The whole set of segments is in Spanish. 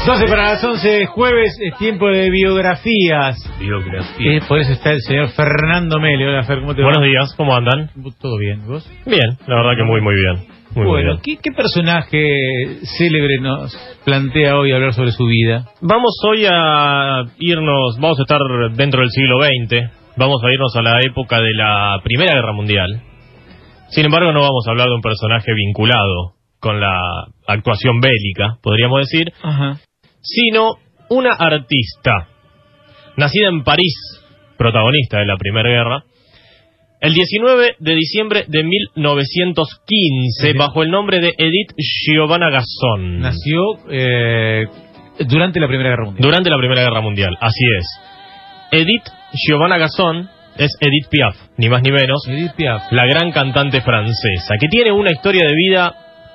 12 para las 11, jueves, es tiempo de biografías. Por eso está el señor Fernando Mele. Hola, Fer, ¿cómo te va? Buenos días, ¿cómo andan? ¿Todo bien? ¿Vos? Bien, la verdad que muy bien. Muy bien. ¿Qué personaje célebre nos plantea hoy hablar sobre su vida? Vamos hoy a vamos a estar dentro del siglo XX, vamos a irnos a la época de la Primera Guerra Mundial. Sin embargo, no vamos a hablar de un personaje vinculado con la actuación bélica, podríamos decir, sino una artista, nacida en París, protagonista de la Primera Guerra, el 19 de diciembre de 1915, bajo el nombre de Edith Giovanna Gasson. Nació durante la Primera Guerra Mundial. Durante la Primera Guerra Mundial, así es. Edith Giovanna Gasson es Edith Piaf, ni más ni menos. Edith Piaf, la gran cantante francesa, que tiene una historia de vida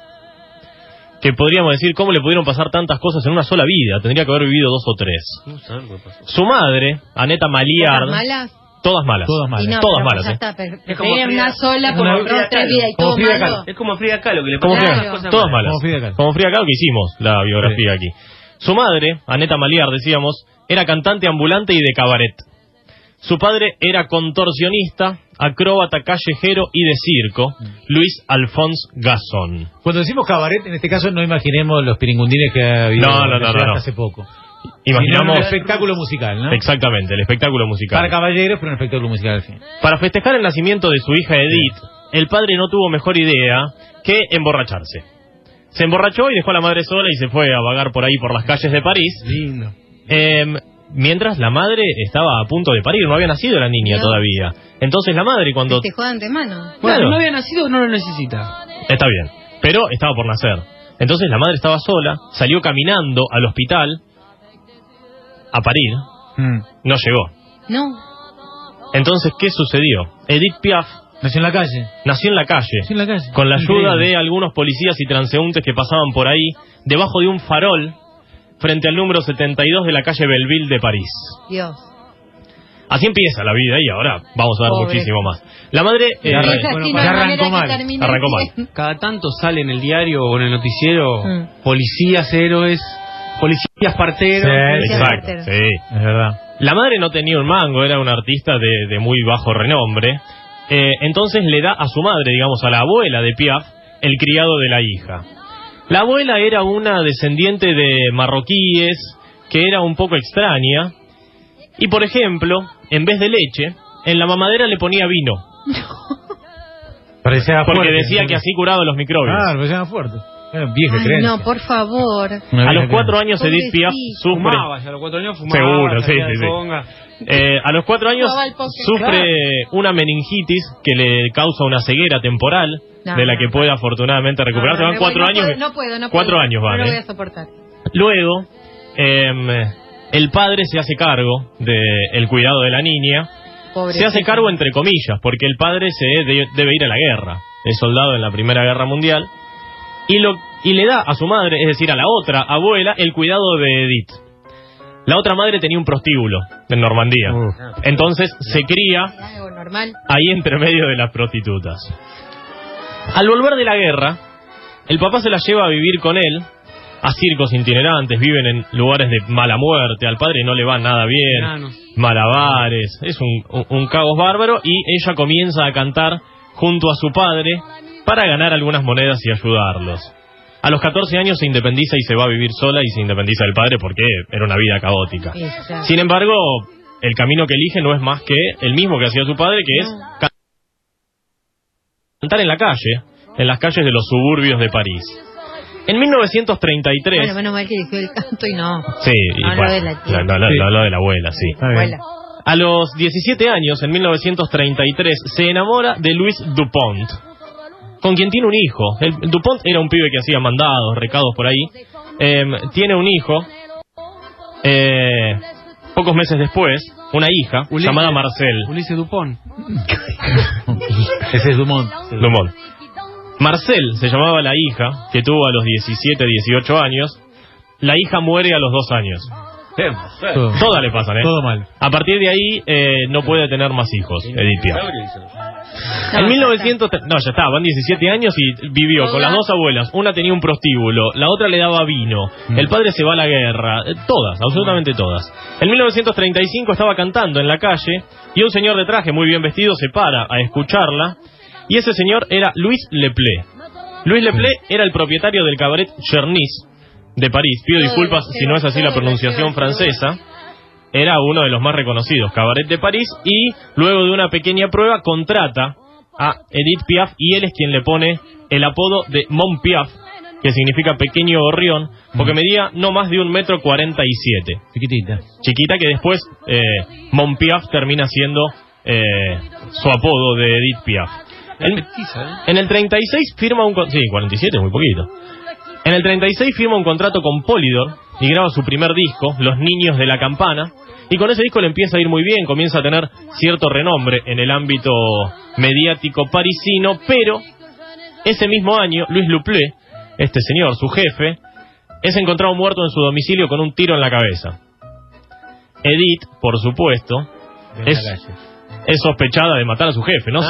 que podríamos decir, ¿cómo le pudieron pasar tantas cosas en una sola vida? Tendría que haber vivido 2 o 3. Su madre, Annette Maliard... Todas malas. Todas malas. No, todas malas. Ya está, es como una sola, por 3 vidas y todo malo. Es como Frida Kahlo, que le ponen cosas todas malas. Como Frida Kahlo, que hicimos la biografía aquí. Su madre, Annette Maliard, decíamos, era cantante ambulante y de cabaret. Su padre era contorsionista, acróbata callejero y de circo, Luis Alphonse Gasson. Cuando decimos cabaret, en este caso no imaginemos los piringundines que ha habido hasta hace poco. Imaginamos un espectáculo musical, ¿no? Exactamente, el espectáculo musical. Para caballeros, pero un espectáculo musical al fin. Para festejar el nacimiento de su hija Edith, el padre no tuvo mejor idea que emborracharse. Se emborrachó y dejó a la madre sola y se fue a vagar por ahí por las calles de París. Lindo. Mientras la madre estaba a punto de parir, no había nacido la niña todavía. Entonces la madre cuando... Festejó de antemano. Bueno, no había nacido, no lo necesita. Está bien, pero estaba por nacer. Entonces la madre estaba sola, salió caminando al hospital a parir, no llegó. No. Entonces, ¿qué sucedió? Edith Piaf nació en la calle. Nació en la calle. Con la ayuda de algunos policías y transeúntes que pasaban por ahí, debajo de un farol, frente al número 72 de la calle Belleville de París. Dios. Así empieza la vida y ahora vamos a ver muchísimo más. La madre... ya arrancó mal. Arrancó mal. Cada tanto sale en el diario o en el noticiero policías héroes, policías parteros. Sí, exacto, sí. Es verdad. La madre no tenía un mango, era una artista de muy bajo renombre. Entonces le da a su madre, digamos a la abuela de Piaf, el criado de la hija. La abuela era una descendiente de marroquíes que era un poco extraña. Y por ejemplo, en vez de leche, en la mamadera le ponía vino. Porque decía que así curaba los microbios. Ah, parecía fuerte. Vieja creencia. No, por favor. A los 4 años Edith Piaf sufre... Fumaba, a los 4 años fumaba. Seguro, sí. A los 4 años sufre una meningitis que le causa una ceguera temporal, de la que puede afortunadamente recuperarse. Van 4 años. No puedo. 4 años van. No lo voy a soportar. Luego, el padre se hace cargo del cuidado de la niña. Se hace cargo entre comillas, porque el padre debe ir a la guerra. Es soldado en la Primera Guerra Mundial. Y le da a su madre, es decir, a la otra abuela, el cuidado de Edith. La otra madre tenía un prostíbulo en Normandía. Entonces se cría ahí entre medio de las prostitutas. Al volver de la guerra, el papá se la lleva a vivir con él a circos itinerantes, viven en lugares de mala muerte, al padre no le va nada bien, malabares, es un caos bárbaro, y ella comienza a cantar junto a su padre para ganar algunas monedas y ayudarlos. A los 14 años se independiza y se va a vivir sola y se independiza del padre porque era una vida caótica. Exacto. Sin embargo, el camino que elige no es más que el mismo que hacía su padre, que es cantar en la calle, en las calles de los suburbios de París. En 1933... Bueno, menos mal que eligió el canto y no. Sí, y lo de la abuela, sí. Abuela. A los 17 años, en 1933, se enamora de Louis Dupont, con quien tiene un hijo. El Dupont era un pibe que hacía mandados, recados por ahí. Tiene un hijo. Pocos meses después, una hija llamada Marcel. Ulises Dupont. Ese es Dumont. Marcel se llamaba la hija, que tuvo a los 17, 18 años. La hija muere a los 2 años. Todas le pasan, Todo mal. A partir de ahí no puede tener más hijos, Edith Piaf. En 1900... No, ya está, van 17 años y vivió con las dos abuelas. Una tenía un prostíbulo, la otra le daba vino. El padre se va a la guerra. Todas, absolutamente todas. En 1935 estaba cantando en la calle y un señor de traje muy bien vestido se para a escucharla. Y ese señor era Louis Le Play. Louis Le Play era el propietario del cabaret Chernis de París. Pido disculpas si no es así la pronunciación francesa. Era uno de los más reconocidos, cabaret de París, y luego de una pequeña prueba contrata a Edith Piaf y él es quien le pone el apodo de Mon Piaf, que significa pequeño gorrión, porque medía no más de 1,47 m. Chiquita, que después Mon Piaf termina siendo su apodo de Edith Piaf. En el 36 firma un... Sí, 47 es muy poquito. En el 36 firma un contrato con Polydor y graba su primer disco, Los Niños de la Campana, y con ese disco le empieza a ir muy bien, comienza a tener cierto renombre en el ámbito mediático parisino, pero ese mismo año, Louis Le Play, este señor, su jefe, es encontrado muerto en su domicilio con un tiro en la cabeza. Edith, por supuesto, es sospechada de matar a su jefe, no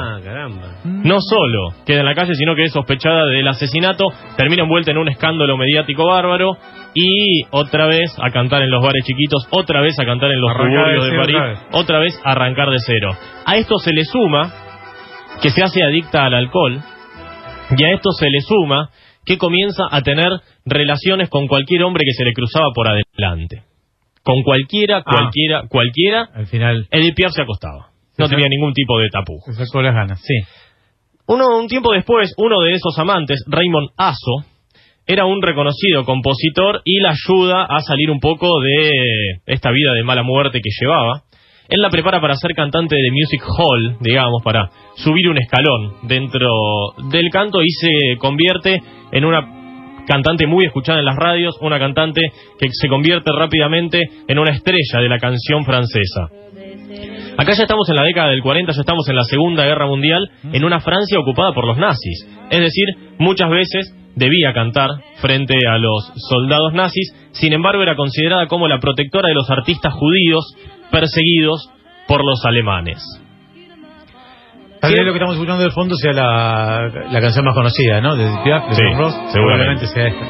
solo queda en la calle, sino que es sospechada del asesinato, termina envuelta en un escándalo mediático bárbaro y otra vez a cantar en los bares chiquitos, otra vez a cantar en los suburbios de París, otra vez a arrancar de cero. A esto se le suma que se hace adicta al alcohol y a esto se le suma que comienza a tener relaciones con cualquier hombre que se le cruzaba por adelante. Con cualquiera, al final Edith Piaf se acostaba. No tenía ningún tipo de tapujo. Se sacó las ganas, sí. Un tiempo después, uno de esos amantes, Raymond Asso, era un reconocido compositor y la ayuda a salir un poco de esta vida de mala muerte que llevaba. Él la prepara para ser cantante de music hall, digamos, para subir un escalón dentro del canto y se convierte en una cantante muy escuchada en las radios, una cantante que se convierte rápidamente en una estrella de la canción francesa. Acá ya estamos en la década del 40, ya estamos en la Segunda Guerra Mundial, en una Francia ocupada por los nazis. Es decir, muchas veces debía cantar frente a los soldados nazis, sin embargo era considerada como la protectora de los artistas judíos perseguidos por los alemanes. Tal vez lo que estamos escuchando de fondo sea la canción más conocida, ¿no? De Piaf, de Tom Ross, seguramente sea esta.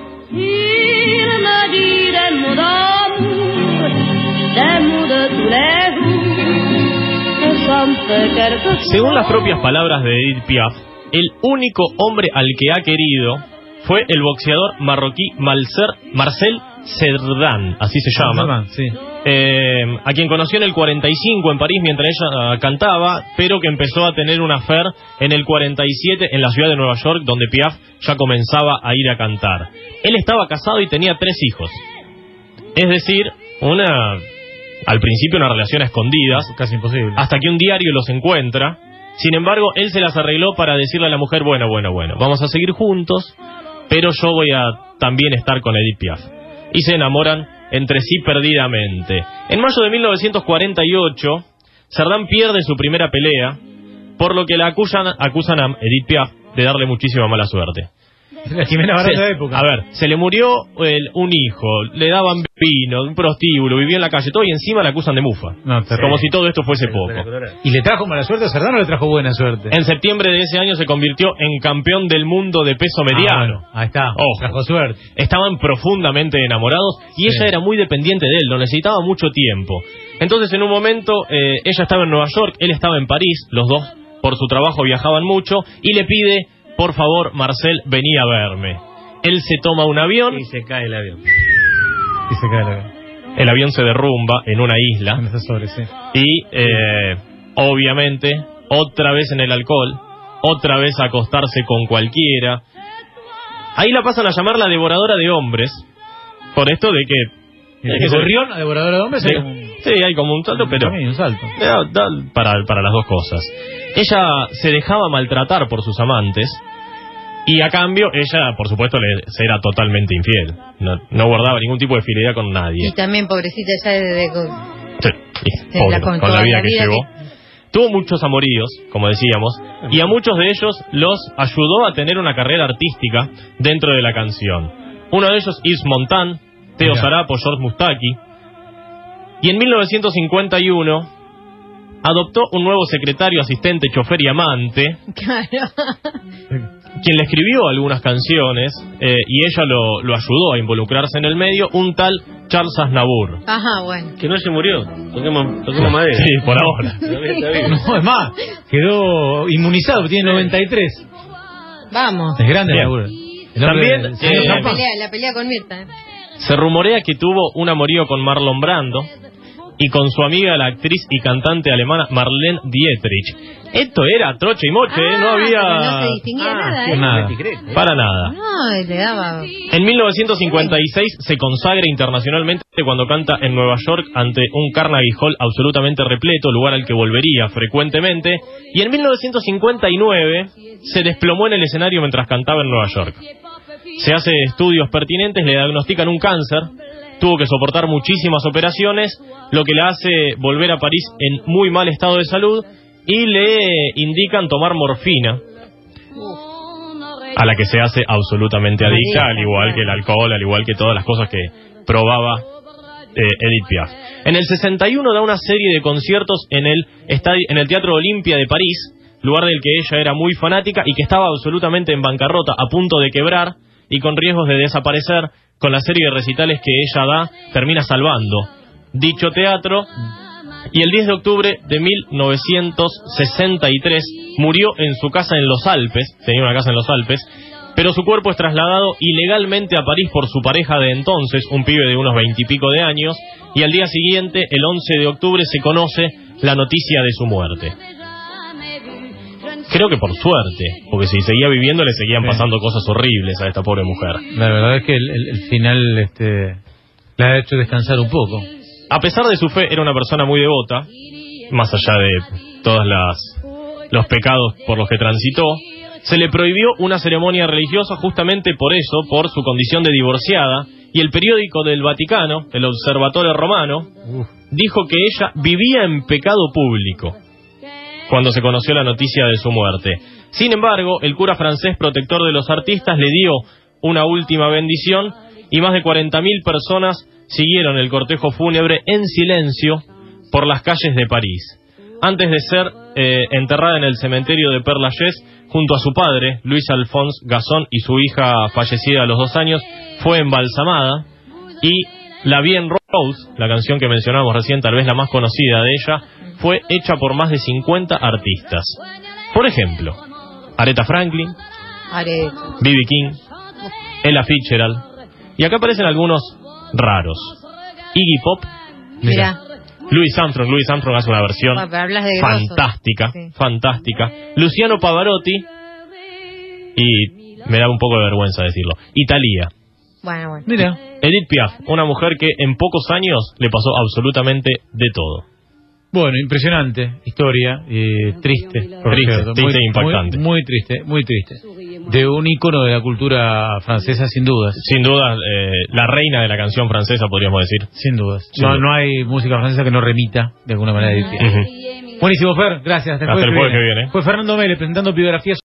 Según las propias palabras de Edith Piaf, el único hombre al que ha querido fue el boxeador marroquí Marcel Cerdan, así se llama, a quien conoció en el 45 en París mientras ella cantaba, pero que empezó a tener una affair en el 47 en la ciudad de Nueva York, donde Piaf ya comenzaba a ir a cantar. Él estaba casado y tenía 3 hijos, es decir, al principio una relación a escondidas, casi imposible, hasta que un diario los encuentra. Sin embargo, él se las arregló para decirle a la mujer, bueno, vamos a seguir juntos, pero yo voy a también estar con Edith Piaf. Y se enamoran entre sí perdidamente. En mayo de 1948, Cerdan pierde su primera pelea, por lo que la acusan a Edith Piaf de darle muchísima mala suerte. La Jimena Barata de época. A ver, se le murió un hijo, le daban vino, un prostíbulo, vivió en la calle, todo, y encima la acusan de mufa. Como si todo esto fuese poco. ¿Y le trajo mala suerte a Cerdan o le trajo buena suerte? En septiembre de ese año se convirtió en campeón del mundo de peso mediano. Bueno, ahí está, trajo suerte. Estaban profundamente enamorados y ella era muy dependiente de él, lo necesitaba mucho tiempo. Entonces en un momento ella estaba en Nueva York, él estaba en París, los dos por su trabajo viajaban mucho, y le pide: por favor, Marcel, vení a verme. Él se toma un avión. Y se cae el avión. El avión se derrumba en una isla. Y, obviamente, otra vez en el alcohol, otra vez a acostarse con cualquiera. Ahí la pasan a llamar la devoradora de hombres, por esto de que... ¿De gorrión a devoradora de hombres? Sí, hay como un salto, pero... Un salto. Para las dos cosas. Ella se dejaba maltratar por sus amantes, y a cambio ella, por supuesto, se era totalmente infiel. No guardaba ningún tipo de fidelidad con nadie. Y también, pobrecita, ya pobre, con la vida que llevó. Tuvo muchos amoríos, como decíamos, y a muchos de ellos los ayudó a tener una carrera artística dentro de la canción. Uno de ellos, Yves Montand, Theo Sarapo, George Mustaki. Y en 1951 adoptó un nuevo secretario, asistente, chofer y amante. Claro. Quien le escribió algunas canciones y ella lo ayudó a involucrarse en el medio, un tal Charles Aznavour. Ajá, bueno. Que no se murió. Toquemos madera. Sí, por ahora. No, es más, quedó inmunizado, tiene 93. Vamos. Es grande Bien. Aznavour. También La pelea con Mirta. se rumorea que tuvo un amorío con Marlon Brando y con su amiga, la actriz y cantante alemana Marlene Dietrich. Esto era troche y moche, no había... No se distinguía nada, Para nada. No, le daba... En 1956 se consagra internacionalmente cuando canta en Nueva York ante un Carnegie Hall absolutamente repleto, lugar al que volvería frecuentemente. Y en 1959 se desplomó en el escenario mientras cantaba en Nueva York. Se hace estudios pertinentes, le diagnostican un cáncer, tuvo que soportar muchísimas operaciones, lo que la hace volver a París en muy mal estado de salud y le indican tomar morfina, a la que se hace absolutamente adicta, al igual que el alcohol, al igual que todas las cosas que probaba Edith Piaf. En el 61 da una serie de conciertos en el Teatro Olimpia de París, lugar del que ella era muy fanática y que estaba absolutamente en bancarrota, a punto de quebrar y con riesgos de desaparecer. Con la serie de recitales que ella da, termina salvando dicho teatro, y el 10 de octubre de 1963 murió en su casa en los Alpes, tenía una casa en los Alpes, pero su cuerpo es trasladado ilegalmente a París por su pareja de entonces, un pibe de unos 20 y pico de años, y al día siguiente, el 11 de octubre, se conoce la noticia de su muerte. Creo que por suerte, porque si seguía viviendo le seguían pasando cosas horribles a esta pobre mujer. La verdad es que el final la ha hecho descansar un poco. A pesar de su fe, era una persona muy devota, más allá de todos los pecados por los que transitó. Se le prohibió una ceremonia religiosa justamente por eso, por su condición de divorciada, y el periódico del Vaticano, el Observatorio Romano, dijo que ella vivía en pecado público cuando se conoció la noticia de su muerte. Sin embargo, el cura francés protector de los artistas le dio una última bendición y más de 40.000 personas siguieron el cortejo fúnebre en silencio por las calles de París. Antes de ser enterrada en el cementerio de Père Lachaise junto a su padre, Luis Alphonse Gasson, y su hija fallecida a los 2 años, fue embalsamada, y La Vie en Rose, la canción que mencionamos recién, tal vez la más conocida de ella, fue hecha por más de 50 artistas. Por ejemplo, Aretha Franklin, B.B. King, Ella Fitzgerald, y acá aparecen algunos raros. Iggy Pop, Mira. Louis Armstrong hace una versión fantástica, fantástica. Luciano Pavarotti, y me da un poco de vergüenza decirlo, y Thalía. Bueno. Mira. Edith Piaf, una mujer que en pocos años le pasó absolutamente de todo. Bueno, impresionante historia, triste, Triste e impactante. Muy triste, muy triste. De un ícono de la cultura francesa, sin dudas. Sin dudas, la reina de la canción francesa, podríamos decir. Sin dudas. Sin dudas. No hay música francesa que no remita de alguna manera a Edith Piaf. Buenísimo, Fer, gracias. Hasta el jueves que viene. Fue Fernando Mele presentando biografías.